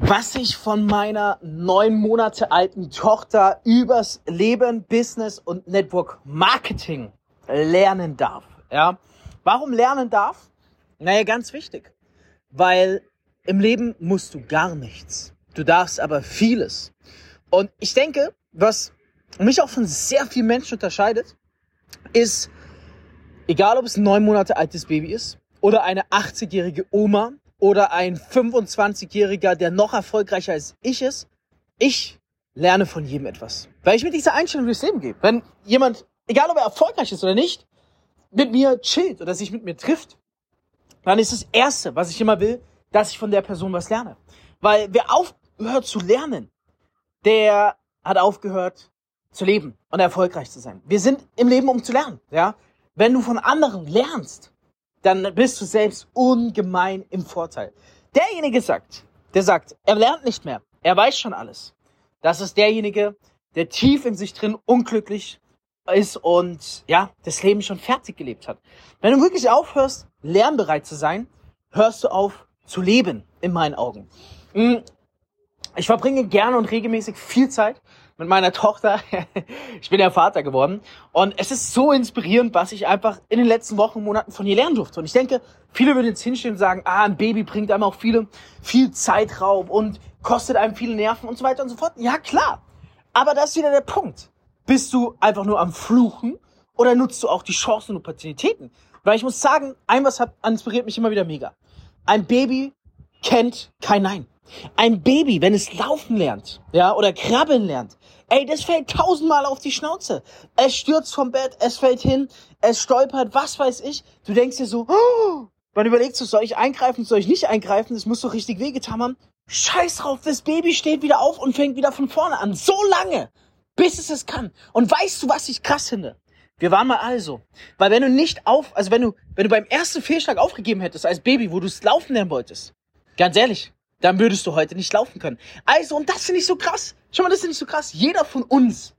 was ich von meiner 9 Monate alten Tochter übers Leben, Business und Network Marketing lernen darf. Ja? Warum lernen darf? Naja, ganz wichtig. Weil im Leben musst du gar nichts. Du darfst aber vieles. Und ich denke, was mich auch von sehr vielen Menschen unterscheidet, ist, egal ob es ein 9 Monate altes Baby ist oder eine 80-jährige Oma oder ein 25-Jähriger, der noch erfolgreicher als ich ist, ich lerne von jedem etwas. Weil ich mit dieser Einstellung durchs Leben gehe. Wenn jemand, egal ob er erfolgreich ist oder nicht, mit mir chillt oder sich mit mir trifft, dann ist das Erste, was ich immer will, dass ich von der Person was lerne. Weil wer aufhört zu lernen, der hat aufgehört zu leben und erfolgreich zu sein. Wir sind im Leben, um zu lernen. Ja? Wenn du von anderen lernst, dann bist du selbst ungemein im Vorteil. Derjenige der sagt, er lernt nicht mehr, er weiß schon alles. Das ist derjenige, der tief in sich drin unglücklich ist und ja, das Leben schon fertig gelebt hat. Wenn du wirklich aufhörst, lernbereit zu sein, hörst du auf zu leben, in meinen Augen. Ich verbringe gerne und regelmäßig viel Zeit mit meiner Tochter. Ich bin ja Vater geworden. Und es ist so inspirierend, was ich einfach in den letzten Wochen und Monaten von ihr lernen durfte. Und ich denke, viele würden jetzt hinstehen und sagen, ein Baby bringt einem auch viel Zeitraub und kostet einem viele Nerven und so weiter und so fort. Ja, klar. Aber das ist wieder der Punkt. Bist du einfach nur am Fluchen oder nutzt du auch die Chancen und Opportunitäten? Weil ich muss sagen, was inspiriert mich immer wieder mega. Ein Baby kennt kein Nein. Ein Baby, wenn es laufen lernt, ja, oder krabbeln lernt, das fällt 1000-mal auf die Schnauze. Es stürzt vom Bett, es fällt hin, es stolpert, was weiß ich. Du denkst dir so, man überlegt so, soll ich eingreifen, soll ich nicht eingreifen? Das muss doch richtig wehgetan haben. Scheiß drauf, das Baby steht wieder auf und fängt wieder von vorne an. So lange, bis es kann. Und weißt du, was ich krass finde? Wir waren mal alle so. Weil wenn du beim ersten Fehlschlag aufgegeben hättest als Baby, wo du es laufen lernen wolltest, ganz ehrlich, dann würdest du heute nicht laufen können. Also, und das finde ich so krass. Schau mal, das finde ich so krass. Jeder von uns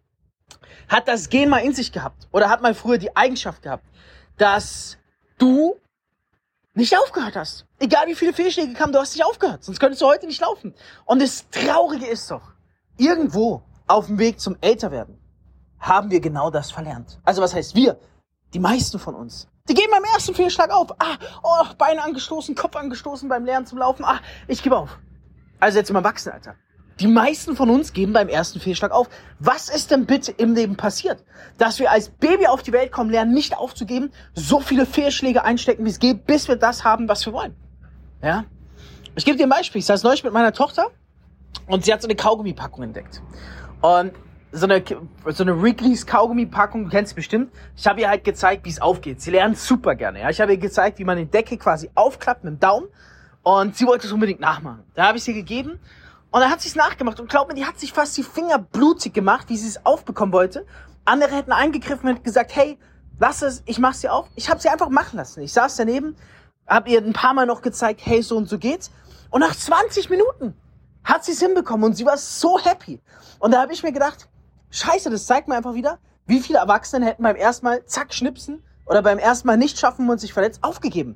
hat das Gen mal in sich gehabt oder hat mal früher die Eigenschaft gehabt, dass du nicht aufgehört hast. Egal wie viele Fehlschläge kamen, du hast nicht aufgehört. Sonst könntest du heute nicht laufen. Und das Traurige ist doch, irgendwo auf dem Weg zum Älterwerden haben wir genau das verlernt. Also was heißt wir? Die meisten von uns. Die geben beim ersten Fehlschlag auf. Beine angestoßen, Kopf angestoßen beim Lernen zum Laufen. Ich gebe auf. Also jetzt im Erwachsenenalter. Die meisten von uns geben beim ersten Fehlschlag auf. Was ist denn bitte im Leben passiert? Dass wir als Baby auf die Welt kommen, lernen nicht aufzugeben, so viele Fehlschläge einstecken, wie es geht, bis wir das haben, was wir wollen. Ja? Ich gebe dir ein Beispiel. Ich saß neulich mit meiner Tochter und sie hat so eine Kaugummipackung entdeckt. Und so eine Wrigley's Kaugummipackung, du kennst bestimmt. Ich habe ihr halt gezeigt, wie es aufgeht. Sie lernt super gerne. Ja? Ich habe ihr gezeigt, wie man den Deckel quasi aufklappt mit dem Daumen. Und sie wollte es unbedingt nachmachen. Da habe ich sie gegeben und dann hat sie es nachgemacht. Und glaub mir, die hat sich fast die Finger blutig gemacht, wie sie es aufbekommen wollte. Andere hätten eingegriffen und hätten gesagt, hey, lass es, ich mach's dir auf. Ich habe sie einfach machen lassen. Ich saß daneben, habe ihr ein paar Mal noch gezeigt, hey, so und so geht's. Und nach 20 Minuten hat sie es hinbekommen und sie war so happy. Und da habe ich mir gedacht, Scheiße, das zeigt mir einfach wieder, wie viele Erwachsene hätten beim ersten Mal zack schnipsen oder beim ersten Mal nicht schaffen und sich verletzt aufgegeben.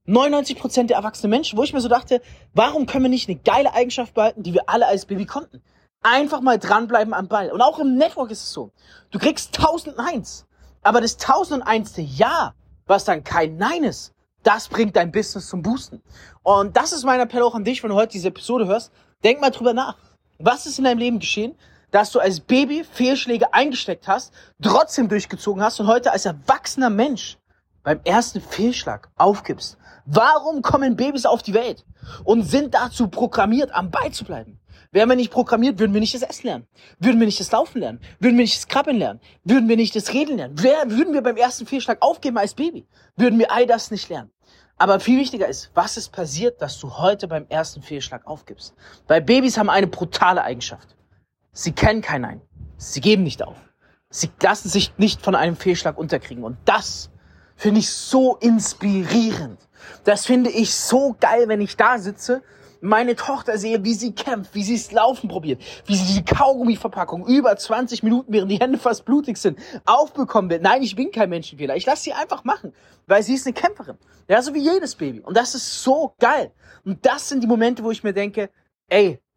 99% der erwachsenen Menschen, wo ich mir so dachte, warum können wir nicht eine geile Eigenschaft behalten, die wir alle als Baby konnten? Einfach mal dranbleiben am Ball. Und auch im Network ist es so. Du kriegst 1001. Aber das 1001. Ja, was dann kein Nein ist, das bringt dein Business zum Boosten. Und das ist mein Appell auch an dich, wenn du heute diese Episode hörst. Denk mal drüber nach. Was ist in deinem Leben geschehen, dass du als Baby Fehlschläge eingesteckt hast, trotzdem durchgezogen hast und heute als erwachsener Mensch beim ersten Fehlschlag aufgibst? Warum kommen Babys auf die Welt und sind dazu programmiert, am Ball zu bleiben? Wären wir nicht programmiert, würden wir nicht das Essen lernen. Würden wir nicht das Laufen lernen. Würden wir nicht das Krabbeln lernen. Würden wir nicht das Reden lernen. Würden wir beim ersten Fehlschlag aufgeben als Baby? Würden wir all das nicht lernen. Aber viel wichtiger ist, was ist passiert, dass du heute beim ersten Fehlschlag aufgibst? Weil Babys haben eine brutale Eigenschaft. Sie kennen kein Nein. Sie geben nicht auf. Sie lassen sich nicht von einem Fehlschlag unterkriegen. Und das finde ich so inspirierend. Das finde ich so geil, wenn ich da sitze, meine Tochter sehe, wie sie kämpft, wie sie es Laufen probiert, wie sie die Kaugummiverpackung über 20 Minuten, während die Hände fast blutig sind, aufbekommen wird. Nein, ich bin kein Menschenfehler. Ich lasse sie einfach machen, weil sie ist eine Kämpferin. Ja, so wie jedes Baby. Und das ist so geil. Und das sind die Momente, wo ich mir denke, ey,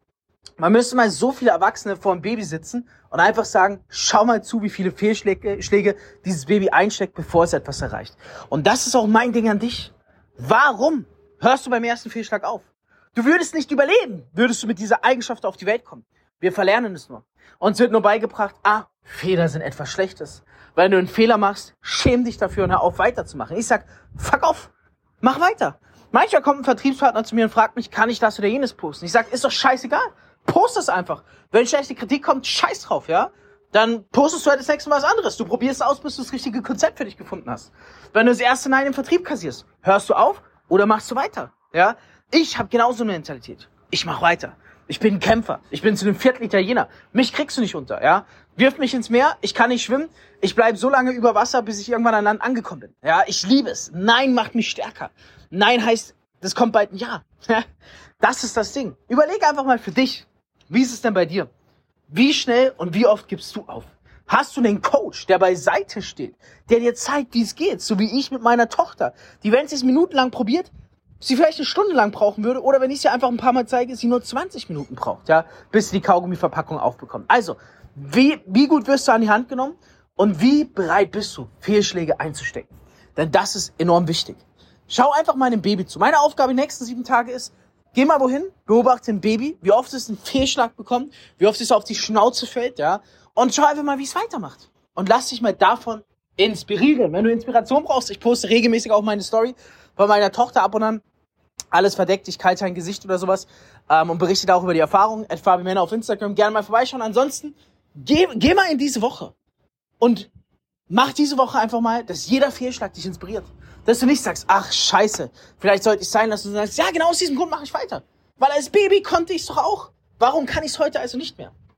Man müsste mal so viele Erwachsene vor dem Baby sitzen und einfach sagen, schau mal zu, wie viele Fehlschläge dieses Baby einsteckt, bevor es etwas erreicht. Und das ist auch mein Ding an dich. Warum hörst du beim ersten Fehlschlag auf? Du würdest nicht überleben, würdest du mit dieser Eigenschaft auf die Welt kommen. Wir verlernen es nur. Uns wird nur beigebracht, Fehler sind etwas Schlechtes. Wenn du einen Fehler machst, schäm dich dafür und hör auf weiterzumachen. Ich sag, fuck off, mach weiter. Manchmal kommt ein Vertriebspartner zu mir und fragt mich, kann ich das oder jenes posten? Ich sag, ist doch scheißegal. Post es einfach. Wenn schlechte Kritik kommt, scheiß drauf, ja? Dann postest du halt das nächste Mal was anderes. Du probierst aus, bis du das richtige Konzept für dich gefunden hast. Wenn du das erste Nein im Vertrieb kassierst, hörst du auf oder machst du weiter, ja? Ich habe genauso eine Mentalität. Ich mach weiter. Ich bin ein Kämpfer. Ich bin zu einem Viertel-Italiener. Mich kriegst du nicht unter, ja? Wirf mich ins Meer, ich kann nicht schwimmen. Ich bleib so lange über Wasser, bis ich irgendwann an Land angekommen bin. Ja, ich liebe es. Nein macht mich stärker. Nein heißt, das kommt bald ein Ja. Das ist das Ding. Überleg einfach mal für dich. Wie ist es denn bei dir? Wie schnell und wie oft gibst du auf? Hast du einen Coach, der beiseite steht, der dir zeigt, wie es geht, so wie ich mit meiner Tochter, die, wenn sie es minutenlang probiert, sie vielleicht eine Stunde lang brauchen würde, oder wenn ich sie einfach ein paar Mal zeige, sie nur 20 Minuten braucht, ja, bis sie die Kaugummiverpackung aufbekommt. Also, wie gut wirst du an die Hand genommen und wie bereit bist du, Fehlschläge einzustecken? Denn das ist enorm wichtig. Schau einfach mal einem Baby zu. Meine Aufgabe die nächsten 7 Tage ist, geh mal wohin, beobachte ein Baby, wie oft es einen Fehlschlag bekommt, wie oft es auf die Schnauze fällt, ja, und schau einfach mal, wie es weitermacht. Und lass dich mal davon inspirieren. Wenn du Inspiration brauchst, ich poste regelmäßig auch meine Story bei meiner Tochter ab und an. Alles verdeckt, ich kalte ein Gesicht oder sowas und berichte da auch über die Erfahrungen. @FabiMänner auf Instagram, gerne mal vorbeischauen. Ansonsten, geh mal in diese Woche und mach diese Woche einfach mal, dass jeder Fehlschlag dich inspiriert. Dass du nicht sagst, ach scheiße, vielleicht sollte ich sein lassen. Und du sagst, ja, genau aus diesem Grund mache ich weiter. Weil als Baby konnte ich es doch auch. Warum kann ich es heute also nicht mehr?